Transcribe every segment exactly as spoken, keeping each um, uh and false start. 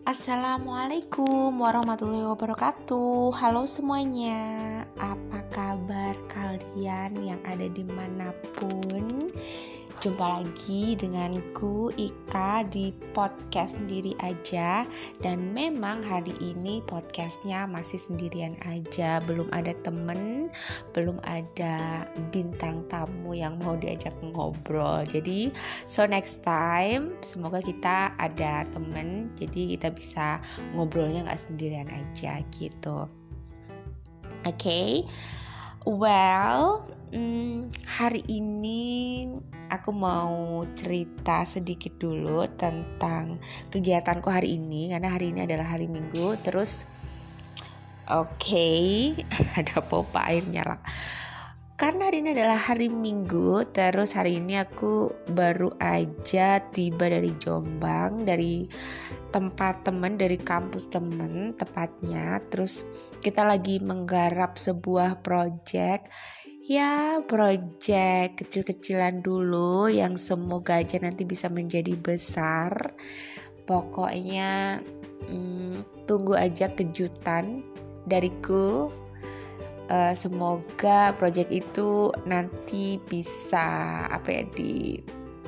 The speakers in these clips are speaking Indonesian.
Assalamualaikum warahmatullahi wabarakatuh. Halo semuanya, apa kabar kalian yang ada dimanapun? Jumpa lagi denganku Ika di podcast sendiri aja. Dan memang hari ini podcastnya masih sendirian aja, belum ada temen, belum ada bintang tamu yang mau diajak ngobrol. Jadi so next time semoga kita ada temen, jadi kita bisa ngobrolnya gak sendirian aja gitu. Oke, okay. Well hmm, hari ini aku mau cerita sedikit dulu tentang kegiatanku hari ini, karena hari ini adalah hari Minggu. Terus oke okay, ada pompa airnya lah. Karena hari ini adalah hari Minggu, terus hari ini aku baru aja tiba dari Jombang, dari tempat temen, dari kampus temen tepatnya. Terus kita lagi menggarap sebuah project, ya project kecil-kecilan dulu yang semoga aja nanti bisa menjadi besar. Pokoknya hmm, tunggu aja kejutan dariku. Uh, semoga project itu nanti bisa apa ya di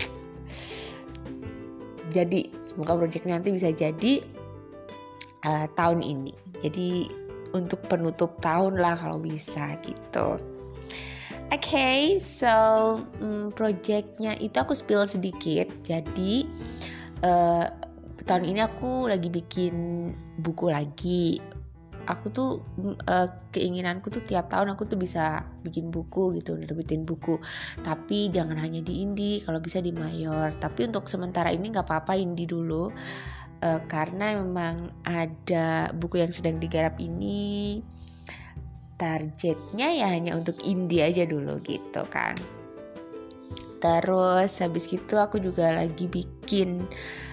jadi semoga project nanti bisa jadi uh, tahun ini. Jadi untuk penutup tahun lah kalau bisa gitu. Oke, okay, so um, projectnya itu aku spill sedikit. Jadi uh, tahun ini aku lagi bikin buku lagi. Aku tuh uh, keinginanku tuh tiap tahun aku tuh bisa bikin buku gitu, nerbitin buku. Tapi jangan hanya di indie, kalau bisa di mayor. Tapi untuk sementara ini nggak apa-apa indie dulu, uh, karena memang ada buku yang sedang digarap ini. Targetnya ya hanya untuk indie aja dulu gitu kan. Terus habis gitu aku juga lagi bikin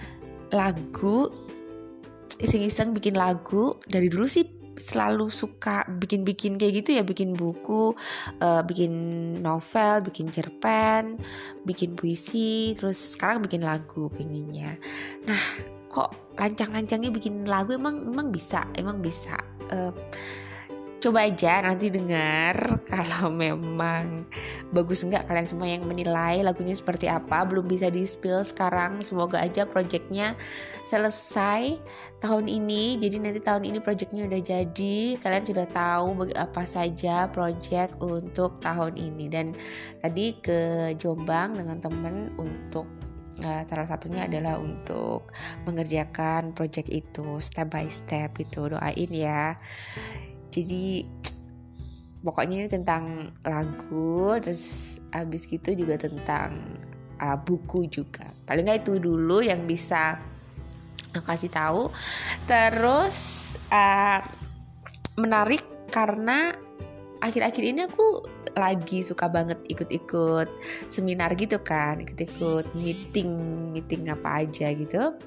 lagu, iseng-iseng bikin lagu. Dari dulu sih selalu suka bikin-bikin kayak gitu ya, bikin buku, uh, bikin novel, bikin cerpen, bikin puisi, terus sekarang bikin lagu pengennya. Nah, kok lancang-lancangnya bikin lagu emang emang bisa, emang bisa. Uh, Coba aja nanti dengar kalau memang bagus enggak, kalian semua yang menilai lagunya seperti apa. Belum bisa di spill sekarang, semoga aja projectnya selesai tahun ini. Jadi nanti tahun ini projectnya udah jadi, kalian sudah tahu apa saja project untuk tahun ini. Dan tadi ke Jombang dengan temen untuk uh, salah satunya adalah untuk mengerjakan project itu step by step itu. Doain ya. Jadi pokoknya ini tentang lagu, terus abis gitu juga tentang uh, buku juga. Paling nggak itu dulu yang bisa aku kasih tahu. Terus uh, menarik karena akhir-akhir ini aku lagi suka banget ikut-ikut seminar gitu kan, ikut-ikut meeting, meeting apa aja gitu.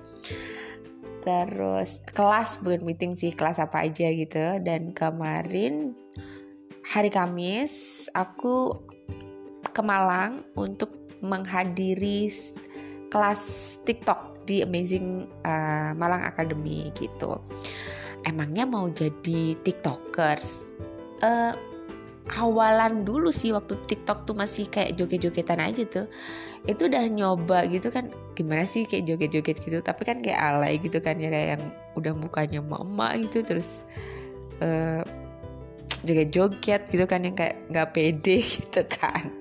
Terus kelas, bukan meeting sih, kelas apa aja gitu. Dan kemarin hari Kamis aku ke Malang untuk menghadiri kelas TikTok di Amazing uh, Malang Academy gitu. Emangnya mau jadi TikTokers? Uh, awalan dulu sih waktu TikTok tuh masih kayak joget-jogetan aja tuh, itu udah nyoba gitu kan, gimana sih kayak joget-joget gitu, tapi kan kayak alay gitu kan ya, kayak yang udah mukanya emak-emak gitu, terus uh, joget-joget gitu kan, yang kayak nggak pede gitu kan.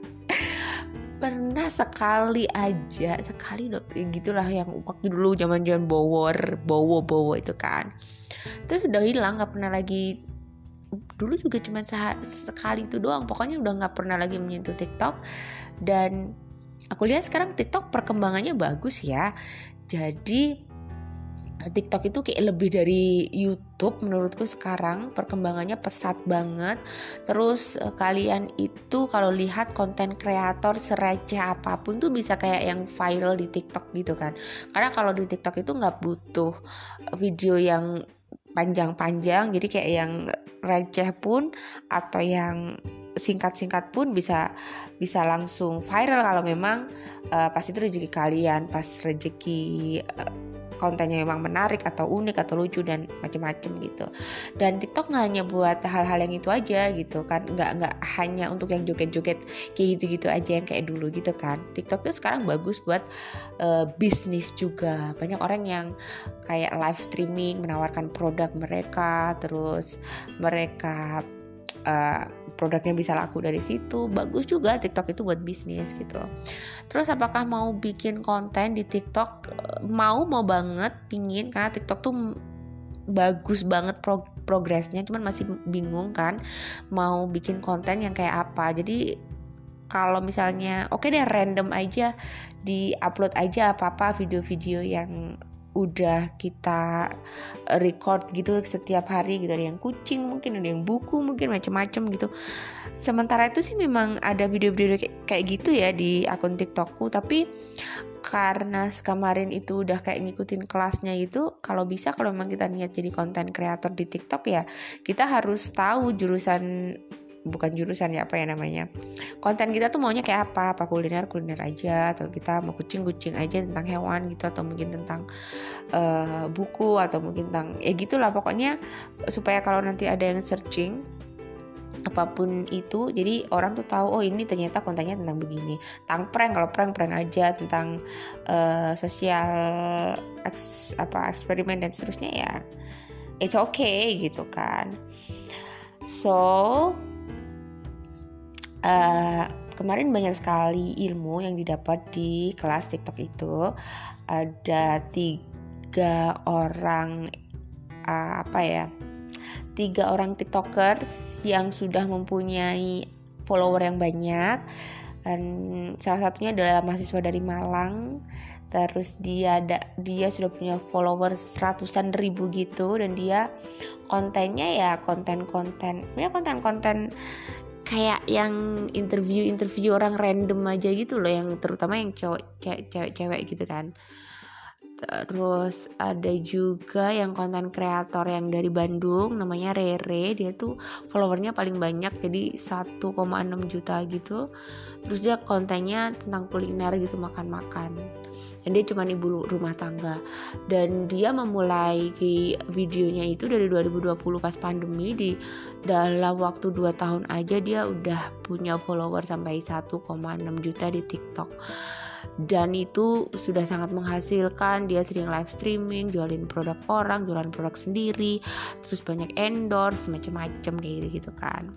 Pernah sekali aja, sekali dong gitulah, yang waktu dulu zaman-zaman bowor, bowo-bowo itu kan, terus udah hilang, nggak pernah lagi. Dulu juga cuma sekali itu doang, pokoknya udah nggak pernah lagi menyentuh TikTok. Dan aku lihat sekarang TikTok perkembangannya bagus ya, jadi TikTok itu kayak lebih dari YouTube menurutku sekarang, perkembangannya pesat banget. Terus kalian itu kalau lihat konten kreator sereceh apapun tuh bisa kayak yang viral di TikTok gitu kan, karena kalau di TikTok itu nggak butuh video yang panjang-panjang, jadi kayak yang receh pun atau yang singkat-singkat pun bisa bisa langsung viral kalau memang uh, pas itu rezeki kalian, pas rezeki uh, kontennya memang menarik atau unik atau lucu dan macam-macam gitu. Dan TikTok nggak hanya buat hal-hal yang itu aja gitu kan, nggak nggak hanya untuk yang joget-joget kayak gitu-gitu aja yang kayak dulu gitu kan. TikTok tuh sekarang bagus buat uh, bisnis juga. Banyak orang yang kayak live streaming menawarkan produk mereka, terus mereka Uh, produknya bisa laku dari situ. Bagus juga TikTok itu buat bisnis gitu. Terus apakah mau bikin konten di TikTok? Mau mau banget, pingin, karena TikTok tuh bagus banget pro- progresnya, cuman masih bingung kan mau bikin konten yang kayak apa. Jadi kalau misalnya oke okay deh, random aja di upload aja apa-apa video-video yang udah kita record gitu setiap hari gitu, ada yang kucing mungkin, ada yang buku mungkin, macam-macam gitu. Sementara itu sih memang ada video-video kayak gitu ya di akun TikTokku, tapi karena kemarin itu udah kayak ngikutin kelasnya gitu, kalau bisa kalau memang kita niat jadi konten kreator di TikTok ya kita harus tahu jurusan, bukan jurusan ya, apa ya namanya, konten kita tuh maunya kayak apa, apa kuliner kuliner aja, atau kita mau kucing kucing aja tentang hewan gitu, atau mungkin tentang uh, buku, atau mungkin tentang ya gitulah pokoknya, supaya kalau nanti ada yang searching apapun itu, jadi orang tuh tahu oh ini ternyata kontennya tentang begini. Tentang prank, kalau prank prank aja, tentang uh, sosial eks, apa eksperimen dan seterusnya ya it's okay gitu kan. So Uh, kemarin banyak sekali ilmu yang didapat di kelas TikTok itu. Ada tiga orang uh, apa ya tiga orang tiktokers yang sudah mempunyai follower yang banyak, dan salah satunya adalah mahasiswa dari Malang. Terus dia ada, dia sudah punya followers ratusan ribu gitu, dan dia kontennya ya konten-konten punya konten-konten kayak yang interview-interview orang random aja gitu loh, yang terutama yang cowok, cewek-cewek gitu kan. Terus ada juga yang konten kreator yang dari Bandung, namanya Rere. Dia tuh followernya paling banyak, jadi satu koma enam juta gitu. Terus dia kontennya tentang kuliner gitu, makan-makan. Dan dia cuma ibu rumah tangga. Dan dia memulai videonya itu dari dua ribu dua puluh pas pandemi. Di dalam waktu dua tahun aja dia udah punya follower sampai satu koma enam juta di TikTok. Dan itu sudah sangat menghasilkan. Dia sering live streaming, jualin produk orang, jualan produk sendiri, terus banyak endorse, macam-macam kayak gitu kan.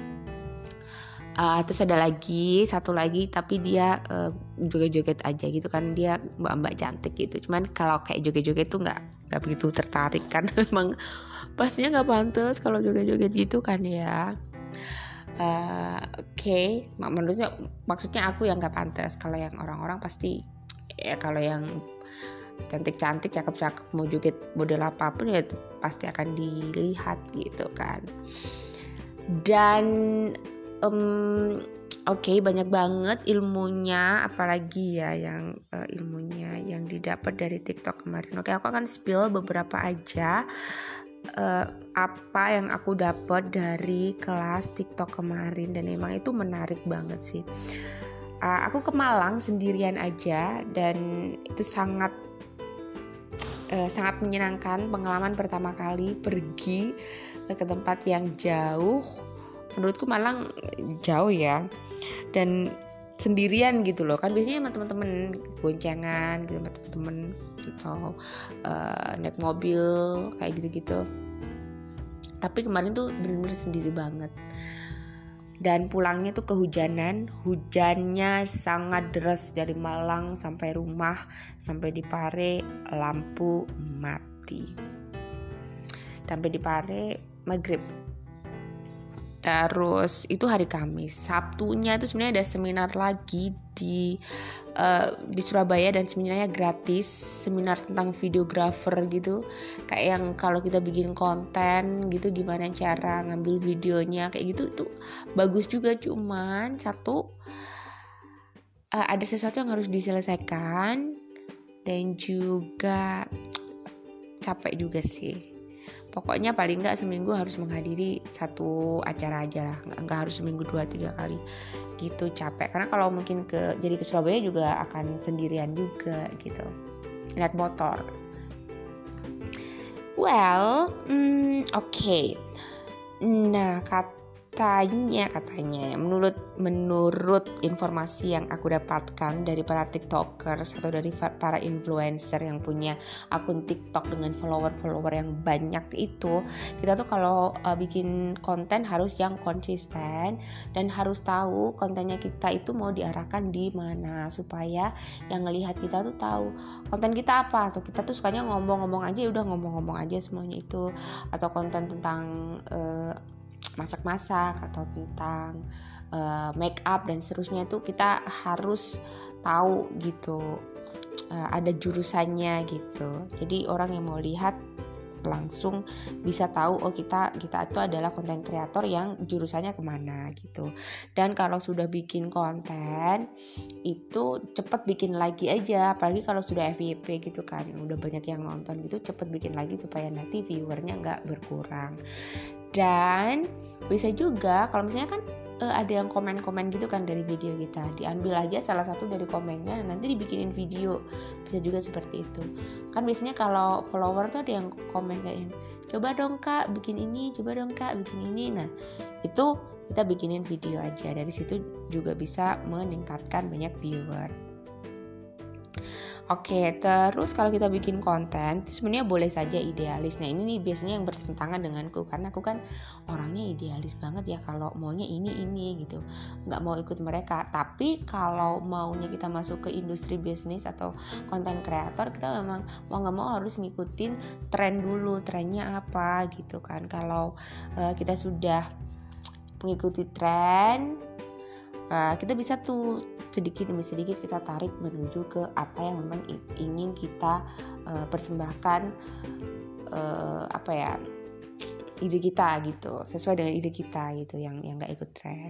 Uh, terus ada lagi satu lagi, tapi dia uh, joget-joget aja gitu kan, dia mbak-mbak cantik gitu. Cuman kalau kayak joget-joget tuh nggak nggak begitu tertarik kan. Emang pastinya nggak pantas kalau joget-joget gitu kan ya. Uh, Oke, okay. Menurutnya maksudnya aku yang nggak pantas. Kalau yang orang-orang pasti ya, kalau yang cantik-cantik, cakep-cakep, mau joget model apapun ya pasti akan dilihat gitu kan. Dan um, oke okay, banyak banget ilmunya, apalagi ya yang uh, ilmunya yang didapat dari TikTok kemarin. Oke, okay, aku akan spill beberapa aja uh, apa yang aku dapat dari kelas TikTok kemarin, dan emang itu menarik banget sih. Uh, aku ke Malang sendirian aja, dan itu sangat uh, sangat menyenangkan. Pengalaman pertama kali pergi ke tempat yang jauh. Menurutku Malang jauh ya, dan sendirian gitu loh kan. Biasanya sama teman-teman boncengan gitu, sama teman-teman atau uh, naik mobil kayak gitu-gitu. Tapi kemarin tuh benar-benar sendiri banget. Dan pulangnya tuh kehujanan, hujannya sangat deras dari Malang sampai rumah, sampai di Pare lampu mati. Sampai di Pare maghrib. Terus itu hari Kamis. Sabtunya itu sebenarnya ada seminar lagi di uh, di Surabaya, dan seminarnya gratis, seminar tentang videographer gitu. Kayak yang kalau kita bikin konten gitu, gimana cara ngambil videonya kayak gitu, itu bagus juga. Cuman satu, uh, ada sesuatu yang harus diselesaikan, dan juga capek juga sih. Pokoknya paling nggak seminggu harus menghadiri satu acara aja lah, nggak, nggak harus seminggu dua tiga kali gitu, capek. Karena kalau mungkin ke jadi ke Surabaya juga akan sendirian juga gitu, naik motor Well, hmm, oke. Okay. Nah, katanya, katanya, menurut menurut informasi yang aku dapatkan dari para tiktokers atau dari para influencer yang punya akun TikTok dengan follower-follower yang banyak itu, kita tuh kalau uh, bikin konten harus yang konsisten dan harus tahu kontennya kita itu mau diarahkan di mana supaya yang ngelihat kita tuh tahu konten kita apa. Atau kita tuh sukanya ngomong-ngomong aja, udah ngomong-ngomong aja semuanya itu, atau konten tentang uh, masak-masak atau tentang uh, make up dan seterusnya itu kita harus tahu gitu, uh, ada jurusannya gitu. Jadi orang yang mau lihat langsung bisa tahu oh kita kita itu adalah konten kreator yang jurusannya kemana gitu. Dan kalau sudah bikin konten itu cepet bikin lagi aja, apalagi kalau sudah F Y P gitu kan, udah banyak yang nonton gitu, cepet bikin lagi supaya nanti viewernya nggak berkurang. Dan bisa juga kalau misalnya kan uh, ada yang komen-komen gitu kan dari video kita, diambil aja salah satu dari komennya nanti dibikinin video, bisa juga seperti itu kan. Biasanya kalau follower tuh ada yang komen kayak yang coba dong kak bikin ini, coba dong kak bikin ini. Nah itu kita bikinin video aja, dari situ juga bisa meningkatkan banyak viewer. Oke, terus kalau kita bikin konten itu sebenarnya boleh saja idealis. Nah ini nih biasanya yang bertentangan denganku, karena aku kan orangnya idealis banget ya, kalau maunya ini ini gitu, nggak mau ikut mereka. Tapi kalau maunya kita masuk ke industri bisnis atau konten kreator, kita memang mau nggak mau harus ngikutin tren dulu, trennya apa gitu kan. Kalau uh, kita sudah mengikuti tren, uh, kita bisa tuh sedikit demi sedikit kita tarik menuju ke apa yang memang ingin kita uh, persembahkan, uh, apa ya, ide kita gitu, sesuai dengan ide kita gitu, yang yang nggak ikut tren.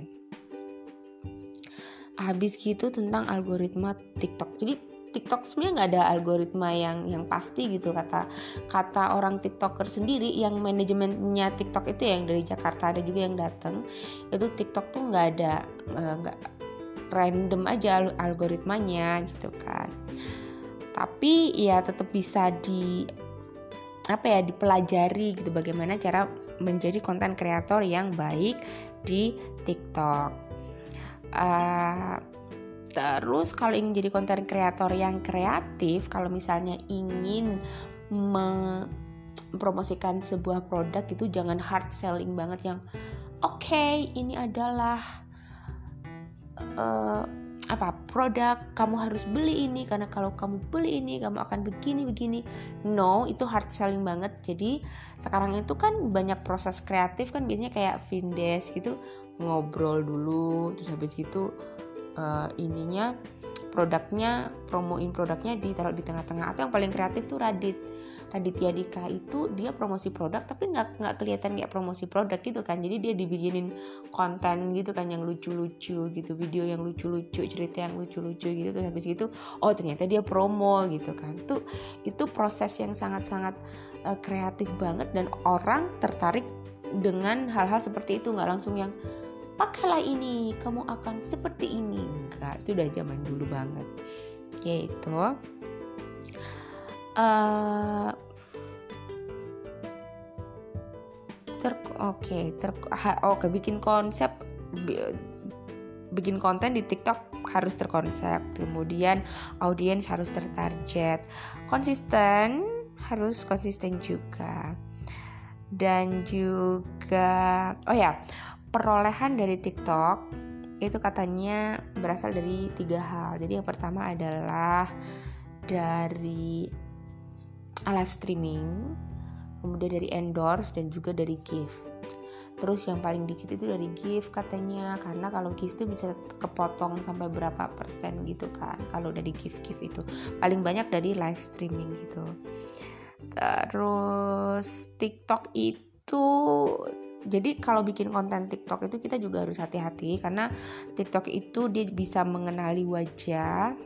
Habis gitu tentang algoritma TikTok. Jadi TikTok sebenarnya nggak ada algoritma yang yang pasti gitu, kata kata orang TikToker sendiri yang manajemennya TikTok itu yang dari Jakarta, ada juga yang datang itu. TikTok tuh nggak ada nggak uh, random aja algoritmanya gitu kan. Tapi ya tetap bisa di apa ya dipelajari gitu, bagaimana cara menjadi konten kreator yang baik di TikTok. Uh, terus kalau ingin jadi konten kreator yang kreatif, kalau misalnya ingin mempromosikan sebuah produk itu jangan hard selling banget yang oke okay, ini adalah Uh, apa produk kamu harus beli ini karena kalau kamu beli ini kamu akan begini begini. No, itu hard selling banget. Jadi sekarang itu kan banyak proses kreatif kan, biasanya kayak Vindes gitu, ngobrol dulu terus habis gitu uh, ininya produknya, promoin produknya ditaruh di tengah-tengah. Atau yang paling kreatif tuh Radit Raditya Dika, itu dia promosi produk tapi nggak nggak kelihatan kayak promosi produk gitu kan. Jadi dia dibikinin konten gitu kan yang lucu-lucu gitu, video yang lucu-lucu, cerita yang lucu-lucu gitu. Terus habis gitu oh ternyata dia promo gitu kan. Tuh itu proses yang sangat-sangat uh, kreatif banget, dan orang tertarik dengan hal-hal seperti itu. Nggak langsung yang pakailah ini kamu akan seperti ini, enggak, itu udah zaman dulu banget gitu. Uh, ter oke okay, ter oke okay, bikin konsep bikin konten di TikTok harus terkonsep, kemudian audiens harus tertarget, konsisten, harus konsisten juga. Dan juga oh ya, perolehan dari TikTok itu katanya berasal dari tiga hal. Jadi yang pertama adalah dari live streaming, kemudian dari endorse, dan juga dari gift. Terus yang paling dikit itu dari gift katanya, karena kalau gift itu bisa kepotong sampai berapa persen gitu kan. Kalau dari gift-gift itu paling banyak dari live streaming gitu. Terus TikTok itu, jadi kalau bikin konten TikTok itu kita juga harus hati-hati, karena TikTok itu dia bisa mengenali wajah,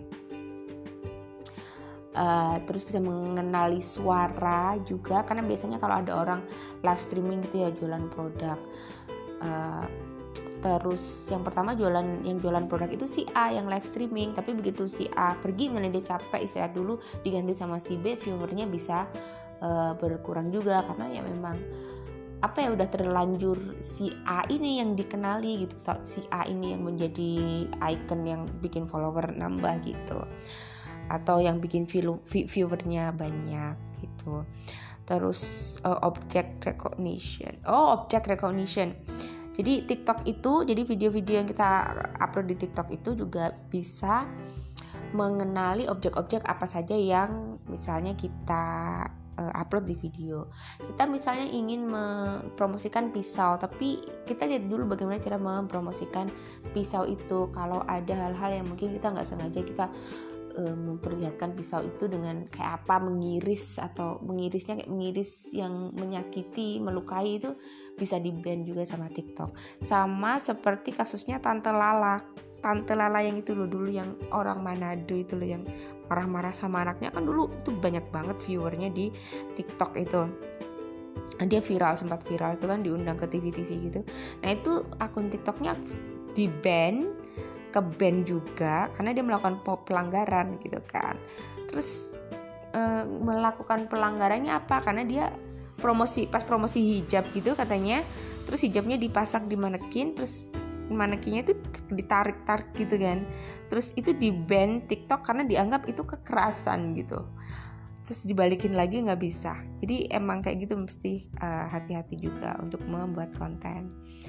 Uh, terus bisa mengenali suara juga, karena biasanya kalau ada orang live streaming gitu ya jualan produk, uh, terus yang pertama jualan yang jualan produk itu si A yang live streaming, tapi begitu si A pergi, mana dia capek istirahat dulu, diganti sama si B, viewernya bisa uh, berkurang juga, karena ya memang apa ya udah terlanjur si A ini yang dikenali gitu, si A ini yang menjadi icon yang bikin follower nambah gitu, atau yang bikin view, viewernya banyak gitu. Terus uh, object recognition. Oh, object recognition. Jadi TikTok itu, jadi video-video yang kita upload di TikTok itu juga bisa mengenali objek-objek apa saja yang misalnya kita uh, upload di video. Kita misalnya ingin mempromosikan pisau, tapi kita lihat dulu bagaimana cara mempromosikan pisau itu. Kalau ada hal-hal yang mungkin kita nggak sengaja kita memperlihatkan pisau itu dengan kayak apa, mengiris atau mengirisnya kayak mengiris yang menyakiti, melukai, itu bisa di-ban juga sama TikTok. Sama seperti kasusnya Tante Lala. Tante Lala yang itu loh, dulu yang orang Manado itu loh, yang marah-marah sama anaknya, kan dulu itu banyak banget viewernya di TikTok itu. Dia viral, sempat viral itu kan, diundang ke T V-T V gitu. Nah itu akun TikToknya di-ban, ke-ban juga karena dia melakukan pelanggaran gitu kan. Terus e, melakukan pelanggarannya apa? Karena dia promosi, pas promosi hijab gitu katanya, terus hijabnya dipasang di manekin, terus manekinnya itu ditarik-tarik gitu kan. Terus itu di-ban TikTok karena dianggap itu kekerasan gitu. Terus dibalikin lagi nggak bisa. Jadi emang kayak gitu mesti uh, hati-hati juga untuk membuat konten.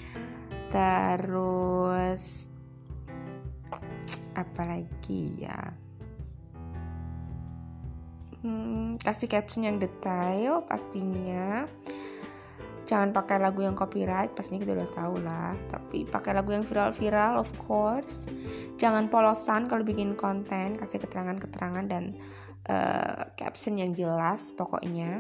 Terus apalagi ya, hmm, kasih caption yang detail pastinya. Jangan pakai lagu yang copyright, pastinya kita udah tahu lah. Tapi pakai lagu yang viral-viral, of course. Jangan polosan kalau bikin konten, kasih keterangan-keterangan dan uh, caption yang jelas pokoknya.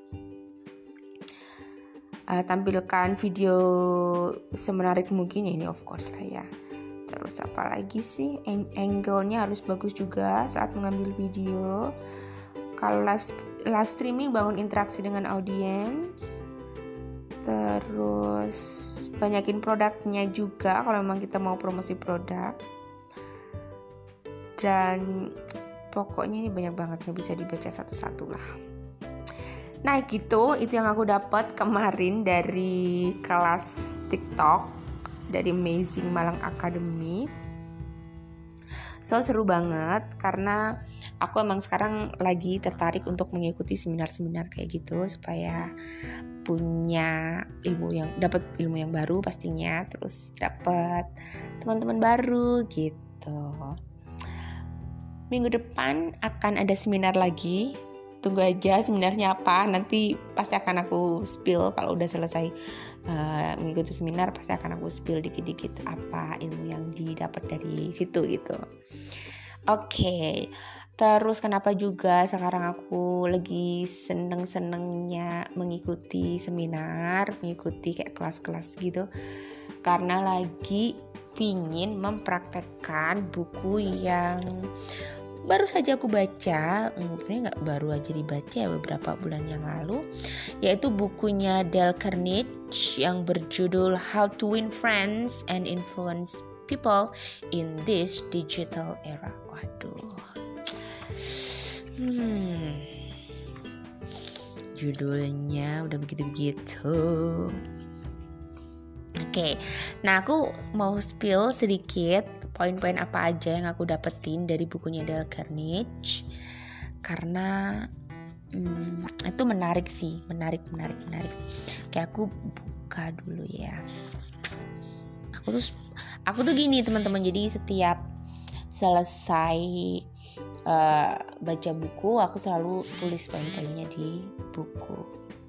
Uh, tampilkan video semenarik mungkin ya, ini of course lah ya. Terus apa lagi sih, angle-nya harus bagus juga saat mengambil video. Kalau live live streaming, bangun interaksi dengan audiens. Terus banyakin produknya juga kalau memang kita mau promosi produk. Dan pokoknya ini banyak banget, nggak bisa dibaca satu-satu lah. Nah gitu, itu yang aku dapat kemarin dari kelas TikTok dari Amazing Malang Academy. So seru banget karena aku emang sekarang lagi tertarik untuk mengikuti seminar-seminar kayak gitu supaya punya ilmu yang dapat ilmu yang baru pastinya, terus dapat teman-teman baru gitu. Minggu depan akan ada seminar lagi. Tunggu aja seminarnya apa, nanti pasti akan aku spill kalau udah selesai uh, mengikuti seminar, pasti akan aku spill dikit-dikit apa ilmu yang didapat dari situ gitu. Oke, okay. Terus kenapa juga sekarang aku lagi seneng-senengnya mengikuti seminar, mengikuti kayak kelas-kelas gitu, karena lagi pingin mempraktekkan buku yang baru saja aku baca, mungkin nggak baru aja dibaca ya, beberapa bulan yang lalu, yaitu bukunya Dale Carnegie yang berjudul How to Win Friends and Influence People in This Digital Era. Waduh, hmm, judulnya udah begitu-begitu. Oke, okay. Nah aku mau spill sedikit poin-poin apa aja yang aku dapetin dari bukunya Dale Carnegie, karena hmm, itu menarik sih, menarik, menarik, menarik. Kayak aku buka dulu ya. Aku tuh, aku tuh gini teman-teman. Jadi setiap selesai uh, baca buku, aku selalu tulis poin-poinnya di buku.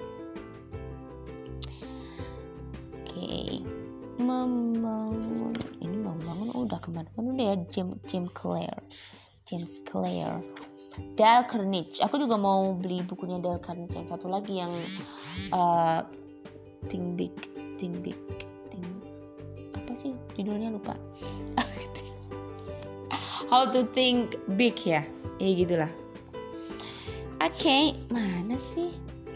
Oke. Okay. Membangun ini membangun oh, udah kemana-mana udah ya. James James Clear James Clear Dale Carnegie. Aku juga mau beli bukunya Dale Carnegie yang satu lagi yang uh, Think Big Think Big Think apa sih judulnya, lupa. How to Think Big ya, ya gitulah. Oke, okay, mana sih?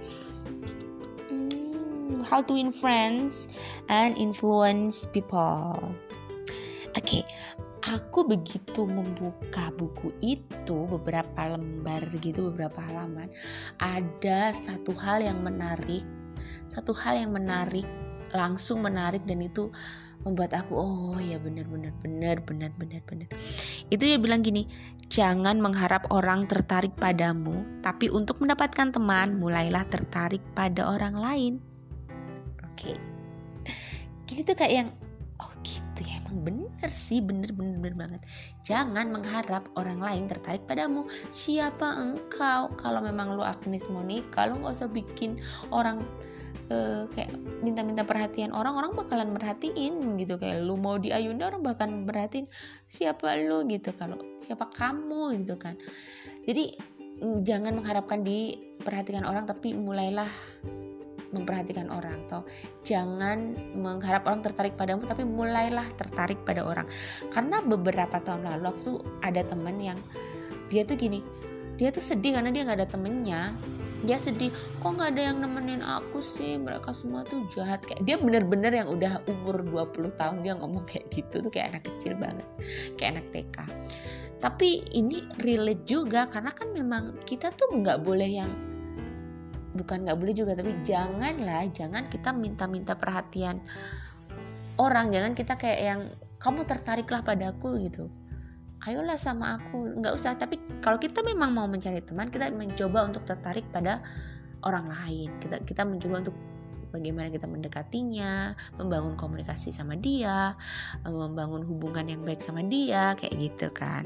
How to Win Friends and Influence People. Oke, okay, aku begitu membuka buku itu, beberapa lembar gitu, beberapa halaman, ada satu hal yang menarik, satu hal yang menarik, langsung menarik, dan itu membuat aku oh ya benar benar benar benar benar benar. Itu dia bilang gini, jangan mengharap orang tertarik padamu, tapi untuk mendapatkan teman, mulailah tertarik pada orang lain. Oke. Gini tuh kayak yang oh gitu ya, emang bener sih, bener bener bener banget. Jangan mengharap orang lain tertarik padamu. Siapa engkau? Kalau memang lu Agnes Monica, lu nggak usah bikin orang Uh, kayak minta-minta perhatian orang, orang bakalan merhatiin gitu. Kayak lu mau di Ayunda, orang bakalan merhatiin siapa lu gitu, kalau siapa kamu gitu kan. Jadi jangan mengharapkan diperhatikan orang, tapi mulailah memperhatikan orang. Atau jangan mengharap orang tertarik padamu, tapi mulailah tertarik pada orang. Karena beberapa tahun lalu aku tuh ada teman yang dia tuh gini, dia tuh sedih karena dia gak ada temennya. Dia sedih, kok gak ada yang nemenin aku sih, mereka semua tuh jahat. Kayak dia bener-bener yang udah umur dua puluh tahun dia ngomong kayak gitu tuh, kayak anak kecil banget, kayak anak T K. Tapi ini relate juga, karena kan memang kita tuh gak boleh yang, bukan gak boleh juga, tapi janganlah, jangan kita minta-minta perhatian orang. Jangan kita kayak yang, kamu tertariklah padaku gitu, ayolah sama aku, nggak usah. Tapi kalau kita memang mau mencari teman, kita mencoba untuk tertarik pada orang lain. Kita kita mencoba untuk bagaimana kita mendekatinya, membangun komunikasi sama dia, membangun hubungan yang baik sama dia, kayak gitu kan.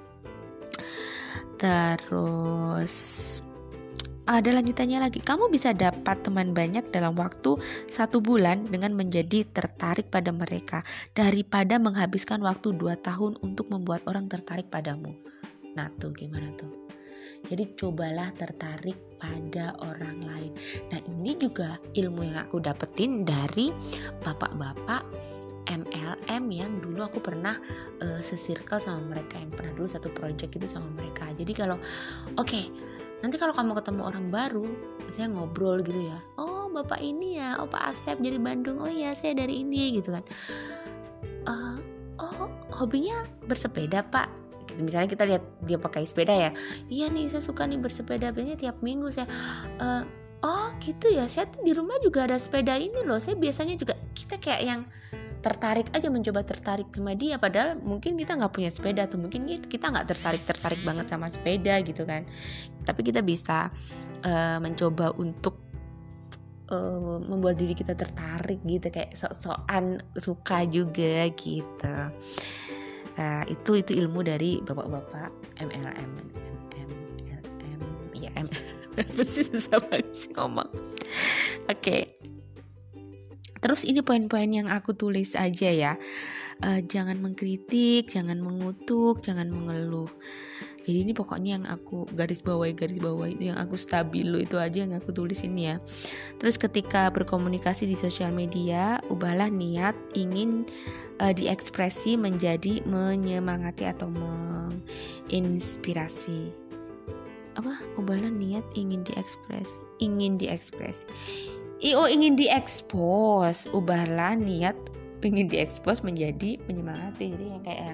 Terus ada lanjutannya lagi, kamu bisa dapat teman banyak dalam waktu satu bulan dengan menjadi tertarik pada mereka, daripada menghabiskan waktu dua tahun untuk membuat orang tertarik padamu. Nah tuh gimana tuh? Jadi cobalah tertarik pada orang lain. Nah ini juga ilmu yang aku dapetin dari bapak-bapak M L M yang dulu aku pernah uh, sesirkel sama mereka, yang pernah dulu satu project itu sama mereka. Jadi kalau oke okay, nanti kalau kamu ketemu orang baru, saya ngobrol gitu ya, oh bapak ini ya, oh Pak Asep dari Bandung, oh iya saya dari ini gitu kan. Uh, oh hobinya bersepeda Pak, gitu. Misalnya kita lihat dia pakai sepeda ya, iya nih saya suka nih bersepeda, biasanya tiap minggu saya, uh, oh gitu ya, saya di rumah juga ada sepeda ini loh, saya biasanya juga. Kita kayak yang tertarik aja, mencoba tertarik sama dia, padahal mungkin kita nggak punya sepeda, atau mungkin kita nggak tertarik tertarik banget sama sepeda gitu kan. Tapi kita bisa uh, mencoba untuk uh, membuat diri kita tertarik gitu, kayak sok-sokan suka juga gitu. Uh, itu itu ilmu dari bapak-bapak M L M, M L M, ya M L M, pasti susah banget sih ngomong. Oke. Okay. Terus ini poin-poin yang aku tulis aja ya. Uh, jangan mengkritik, jangan mengutuk, jangan mengeluh. Jadi ini pokoknya yang aku garis bawahi, garis bawahi itu yang aku stabilo itu aja yang aku tulis ini ya. Terus ketika berkomunikasi di sosial media, ubahlah niat ingin uh, diekspresi menjadi menyemangati atau menginspirasi. Apa? Ubahlah niat ingin diekspresi, ingin diekspresi. I O ingin diekspos, ubahlah niat ingin diekspos menjadi menyemangati. Jadi yang kayak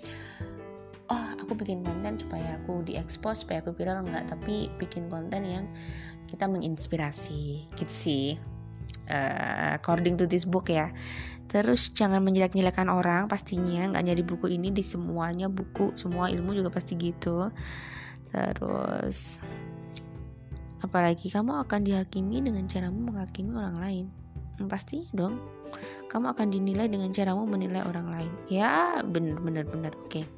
oh aku bikin konten supaya aku diekspos, supaya aku viral, enggak, tapi bikin konten yang kita menginspirasi gitu sih, uh, according to this book ya. Terus jangan menjelek-jelekan orang, pastinya nggak nyari buku ini di semuanya buku, semua ilmu juga pasti gitu. Terus apalagi, kamu akan dihakimi dengan caramu menghakimi orang lain. Pastinya dong, kamu akan dinilai dengan caramu menilai orang lain. Ya bener-bener bener oke. Okay.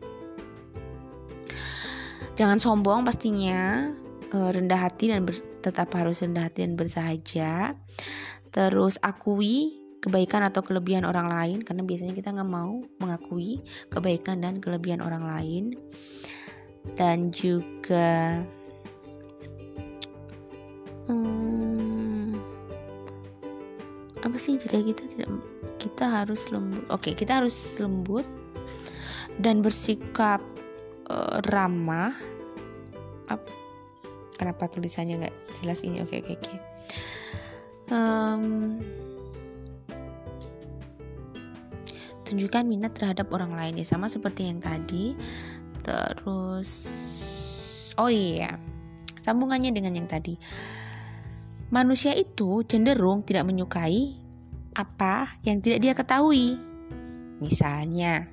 Jangan sombong pastinya, rendah hati dan ber, tetap harus rendah hati dan bersahaja. Terus akui kebaikan atau kelebihan orang lain, karena biasanya kita nggak mau mengakui kebaikan dan kelebihan orang lain. Dan juga Hmm, apa sih jika kita tidak, kita harus lembut. Oke, okay, kita harus lembut dan bersikap uh, ramah. Ap, kenapa tulisannya nggak jelas ini? Oke okay, oke okay, oke. Okay. Um, tunjukkan minat terhadap orang lain ya, sama seperti yang tadi. Terus oh iya, sambungannya dengan yang tadi. Manusia itu cenderung tidak menyukai apa yang tidak dia ketahui. Misalnya,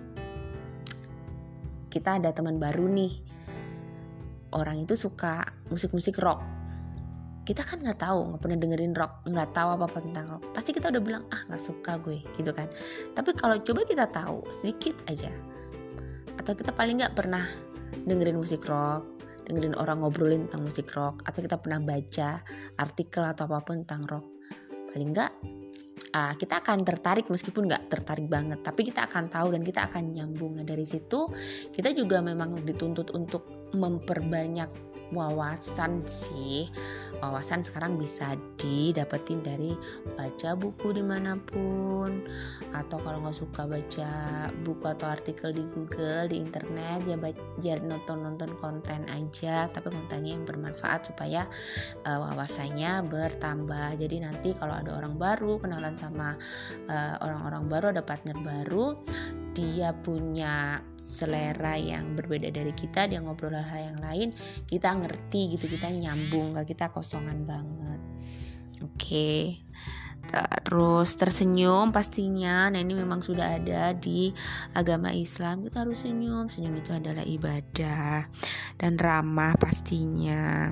kita ada teman baru nih, orang itu suka musik-musik rock. Kita kan nggak tahu, nggak pernah dengerin rock, nggak tahu apa-apa tentang rock. Pasti kita udah bilang, ah nggak suka gue, gitu kan. Tapi kalau coba kita tahu sedikit aja, atau kita paling nggak pernah dengerin musik rock, dengerin orang ngobrolin tentang musik rock, atau kita pernah baca artikel atau apapun tentang rock, paling nggak uh, kita akan tertarik, meskipun nggak tertarik banget, tapi kita akan tahu dan kita akan nyambung. Nah dari situ kita juga memang dituntut untuk memperbanyak wawasan sih. Wawasan sekarang bisa didapetin dari baca buku dimanapun, atau kalau nggak suka baca buku atau artikel di Google, di internet, ya, baca, ya nonton-nonton konten aja, tapi kontennya yang bermanfaat supaya uh, wawasannya bertambah. Jadi nanti kalau ada orang baru, kenalan sama uh, orang-orang baru, ada partner baru, dia punya selera yang berbeda dari kita, dia ngobrol hal yang lain, kita ngerti gitu, kita nyambung, gak kita kosongan banget. Oke, terus tersenyum pastinya. Nah ini memang sudah ada di agama Islam, kita harus senyum. Senyum itu adalah ibadah dan ramah pastinya.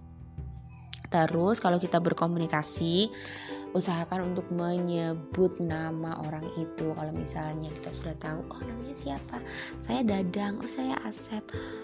Terus kalau kita berkomunikasi, usahakan untuk menyebut nama orang itu. Kalau misalnya kita sudah tahu, oh namanya siapa, saya Dadang, oh saya Asep,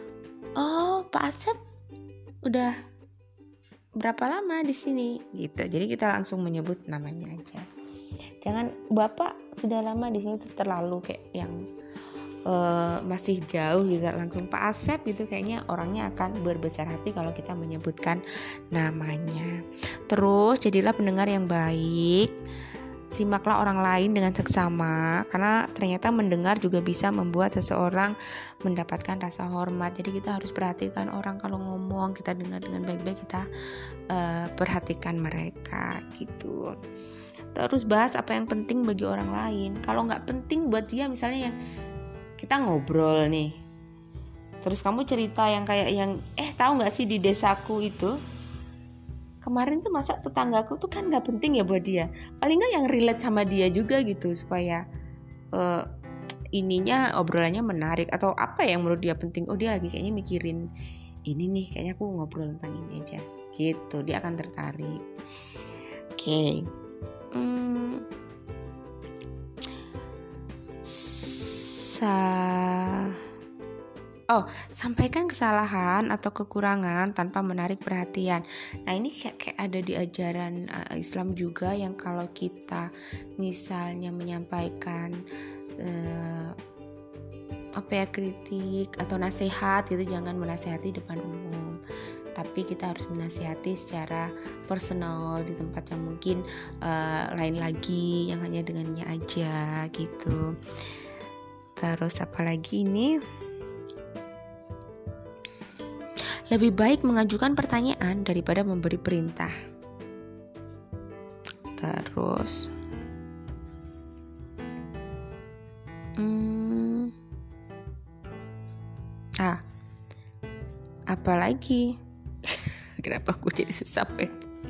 oh Pak Asep udah berapa lama di sini gitu. Jadi kita langsung menyebut namanya aja. Jangan Bapak sudah lama di sini, terlalu kayak yang Uh, masih jauh gitu, langsung Pak Asep gitu, kayaknya orangnya akan berbesar hati kalau kita menyebutkan namanya. Terus jadilah pendengar yang baik, simaklah orang lain dengan seksama, karena ternyata mendengar juga bisa membuat seseorang mendapatkan rasa hormat. Jadi kita harus perhatikan orang kalau ngomong, kita dengar dengan baik-baik, kita uh, perhatikan mereka gitu. Terus bahas apa yang penting bagi orang lain. Kalau nggak penting buat dia, misalnya yang kita ngobrol nih, terus kamu cerita yang kayak yang eh tahu nggak sih di desaku itu kemarin tuh masa tetanggaku tuh kan nggak penting ya buat dia, paling nggak yang relate sama dia juga gitu, supaya uh, ininya obrolannya menarik, atau apa yang menurut dia penting. Oh dia lagi kayaknya mikirin ini nih, kayaknya aku ngobrol tentang ini aja gitu, dia akan tertarik. Oke, okay. hmm. Oh, sampaikan kesalahan atau kekurangan tanpa menarik perhatian. Nah ini kayak, kayak ada di ajaran uh, Islam juga, yang kalau kita misalnya menyampaikan uh, apa ya kritik atau nasihat itu, jangan menasihati depan umum, tapi kita harus menasihati secara personal di tempat yang mungkin uh, lain lagi, yang hanya dengannya aja gitu. Terus apa lagi ini? Lebih baik mengajukan pertanyaan daripada memberi perintah. Terus hmm, ah, apa lagi? Kenapa aku jadi susah ya?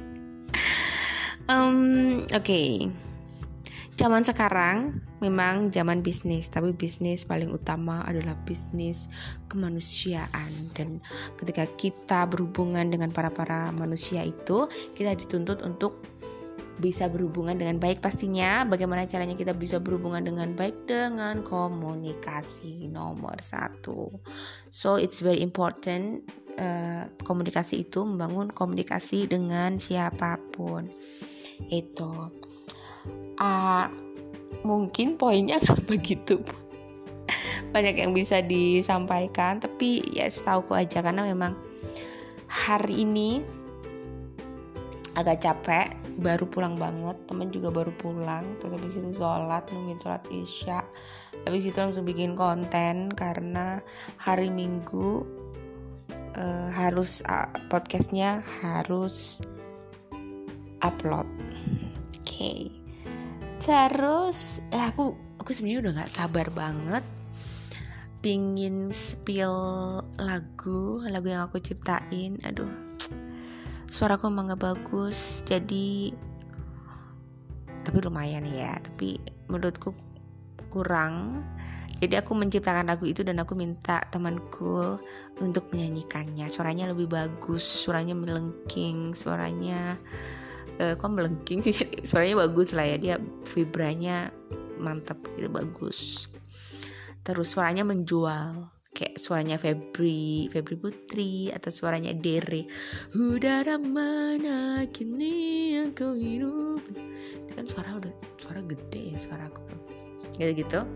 um, Oke. Okay. Zaman sekarang memang zaman bisnis, tapi bisnis paling utama adalah bisnis kemanusiaan. Dan ketika kita berhubungan dengan para-para manusia itu, kita dituntut untuk bisa berhubungan dengan baik pastinya. Bagaimana caranya kita bisa berhubungan dengan baik? Dengan komunikasi nomor satu. So it's very important, uh, komunikasi itu, membangun komunikasi dengan siapapun. Itu Uh, mungkin poinnya gak begitu banyak yang bisa disampaikan, tapi ya setauku aja, karena memang hari ini agak capek, baru pulang banget, teman juga baru pulang, terus habis itu sholat, nungguin sholat isya, habis itu langsung bikin konten karena hari Minggu uh, harus uh, podcastnya harus upload. Oke. Okay. Terus eh, aku aku sebenarnya udah nggak sabar banget pingin spill lagu lagu yang aku ciptain. Aduh, suaraku emang gak bagus, jadi tapi lumayan ya, tapi menurutku kurang. Jadi aku menciptakan lagu itu dan aku minta temanku untuk menyanyikannya. Suaranya lebih bagus, suaranya melengking, suaranya eh, kok melengking sih, suaranya bagus lah ya, dia vibranya mantap gitu, bagus. Terus suaranya menjual, kayak suaranya Febri, Febri Putri, atau suaranya Dere. Udara mana kini yang kau hidup. Kan suara udah suara gede ya suara aku tuh. Gitu-gitu.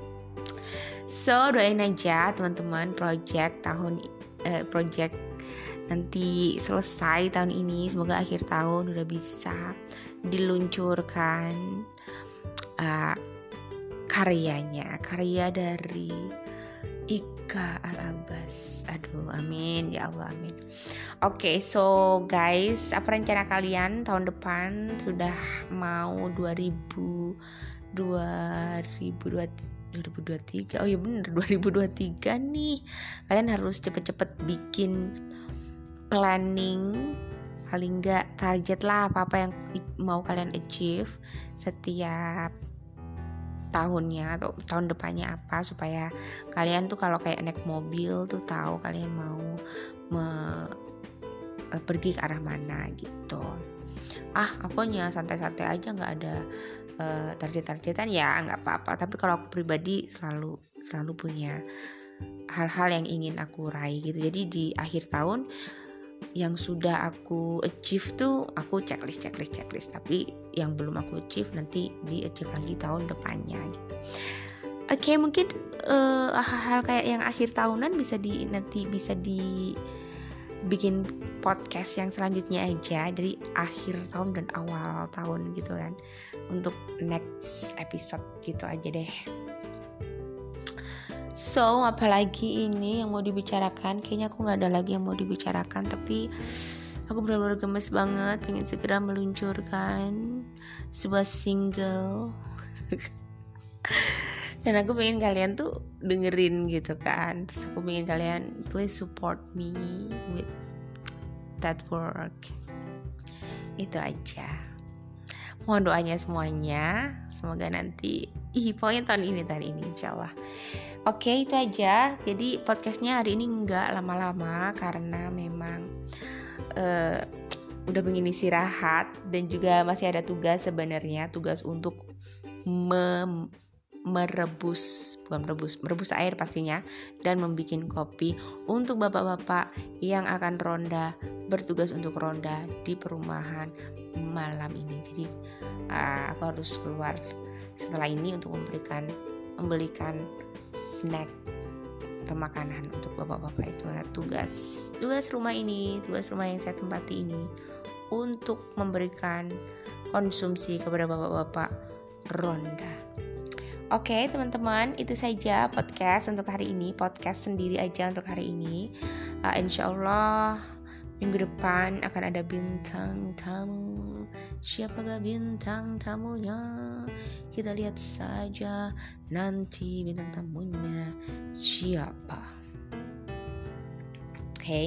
So doain aja teman-teman project tahun eh, project nanti selesai tahun ini, semoga akhir tahun udah bisa diluncurkan uh, karyanya, karya dari Ika Al-Abbas. Aduh, amin ya Allah, amin. Oke, okay, so guys, apa rencana kalian tahun depan? Sudah mau dua ribu dua puluh tiga. Oh iya bener, dua ribu dua puluh tiga nih. Kalian harus cepet-cepet bikin planning, paling enggak target lah apa-apa yang mau kalian achieve setiap tahunnya atau tahun depannya apa, supaya kalian tuh kalau kayak naik mobil tuh tahu kalian mau me- pergi ke arah mana gitu. Ah, akunya santai-santai aja, nggak ada uh, target-targetan ya nggak apa-apa. Tapi kalau aku pribadi selalu selalu punya hal-hal yang ingin aku raih gitu. Jadi di akhir tahun yang sudah aku achieve tuh aku checklist checklist checklist tapi yang belum aku achieve nanti di achieve lagi tahun depannya gitu. Oke, okay, mungkin uh, hal-hal kayak yang akhir tahunan bisa di nanti bisa di bikin podcast yang selanjutnya aja, dari akhir tahun dan awal tahun gitu kan, untuk next episode gitu aja deh. So, apalagi ini yang mau dibicarakan? Kayaknya aku gak ada lagi yang mau dibicarakan, tapi aku benar-benar gemes banget pengen segera meluncurkan sebuah single. Dan aku pengen kalian tuh dengerin gitu kan. Terus aku pengen kalian please support me with that work. Itu aja. Mohon doanya semuanya, semoga nanti ih pokoknya tahun ini tahun ini insyaallah. Oke, itu aja. Jadi podcastnya hari ini nggak lama-lama karena memang uh, udah pengen istirahat dan juga masih ada tugas sebenarnya, tugas untuk mem- merebus, bukan merebus, merebus air pastinya, dan membuat kopi untuk bapak-bapak yang akan ronda, bertugas untuk ronda di perumahan malam ini. Jadi uh, aku harus keluar setelah ini untuk memberikan membelikan snack atau makanan untuk bapak-bapak. Itu adalah tugas tugas rumah ini, tugas rumah yang saya tempati ini, untuk memberikan konsumsi kepada bapak-bapak ronda. Oke teman-teman, itu saja podcast untuk hari ini, podcast sendiri aja untuk hari ini. uh, Insya Allah minggu depan akan ada bintang tamu. Siapakah bintang tamunya? Kita lihat saja nanti bintang tamunya siapa. Oke, okay.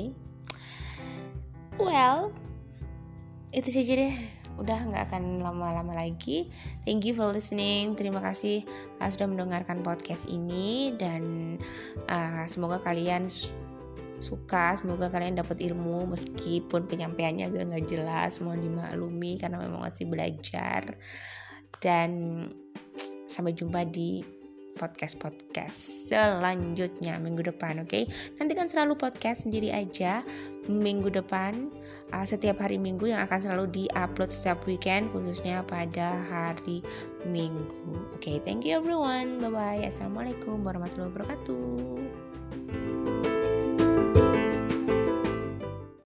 Well, itu saja deh. Udah gak akan lama-lama lagi. Thank you for listening. Terima kasih uh, sudah mendengarkan podcast ini. Dan uh, semoga kalian suka, semoga kalian dapat ilmu meskipun penyampaiannya agak gak jelas. Mohon dimaklumi karena memang masih belajar. Dan sampai jumpa di podcast-podcast selanjutnya minggu depan. Oke, okay? Nantikan selalu podcast sendiri aja minggu depan, uh, setiap hari Minggu, yang akan selalu di-upload setiap weekend, khususnya pada hari Minggu. Oke, okay, thank you everyone. Bye bye. Assalamualaikum warahmatullahi wabarakatuh.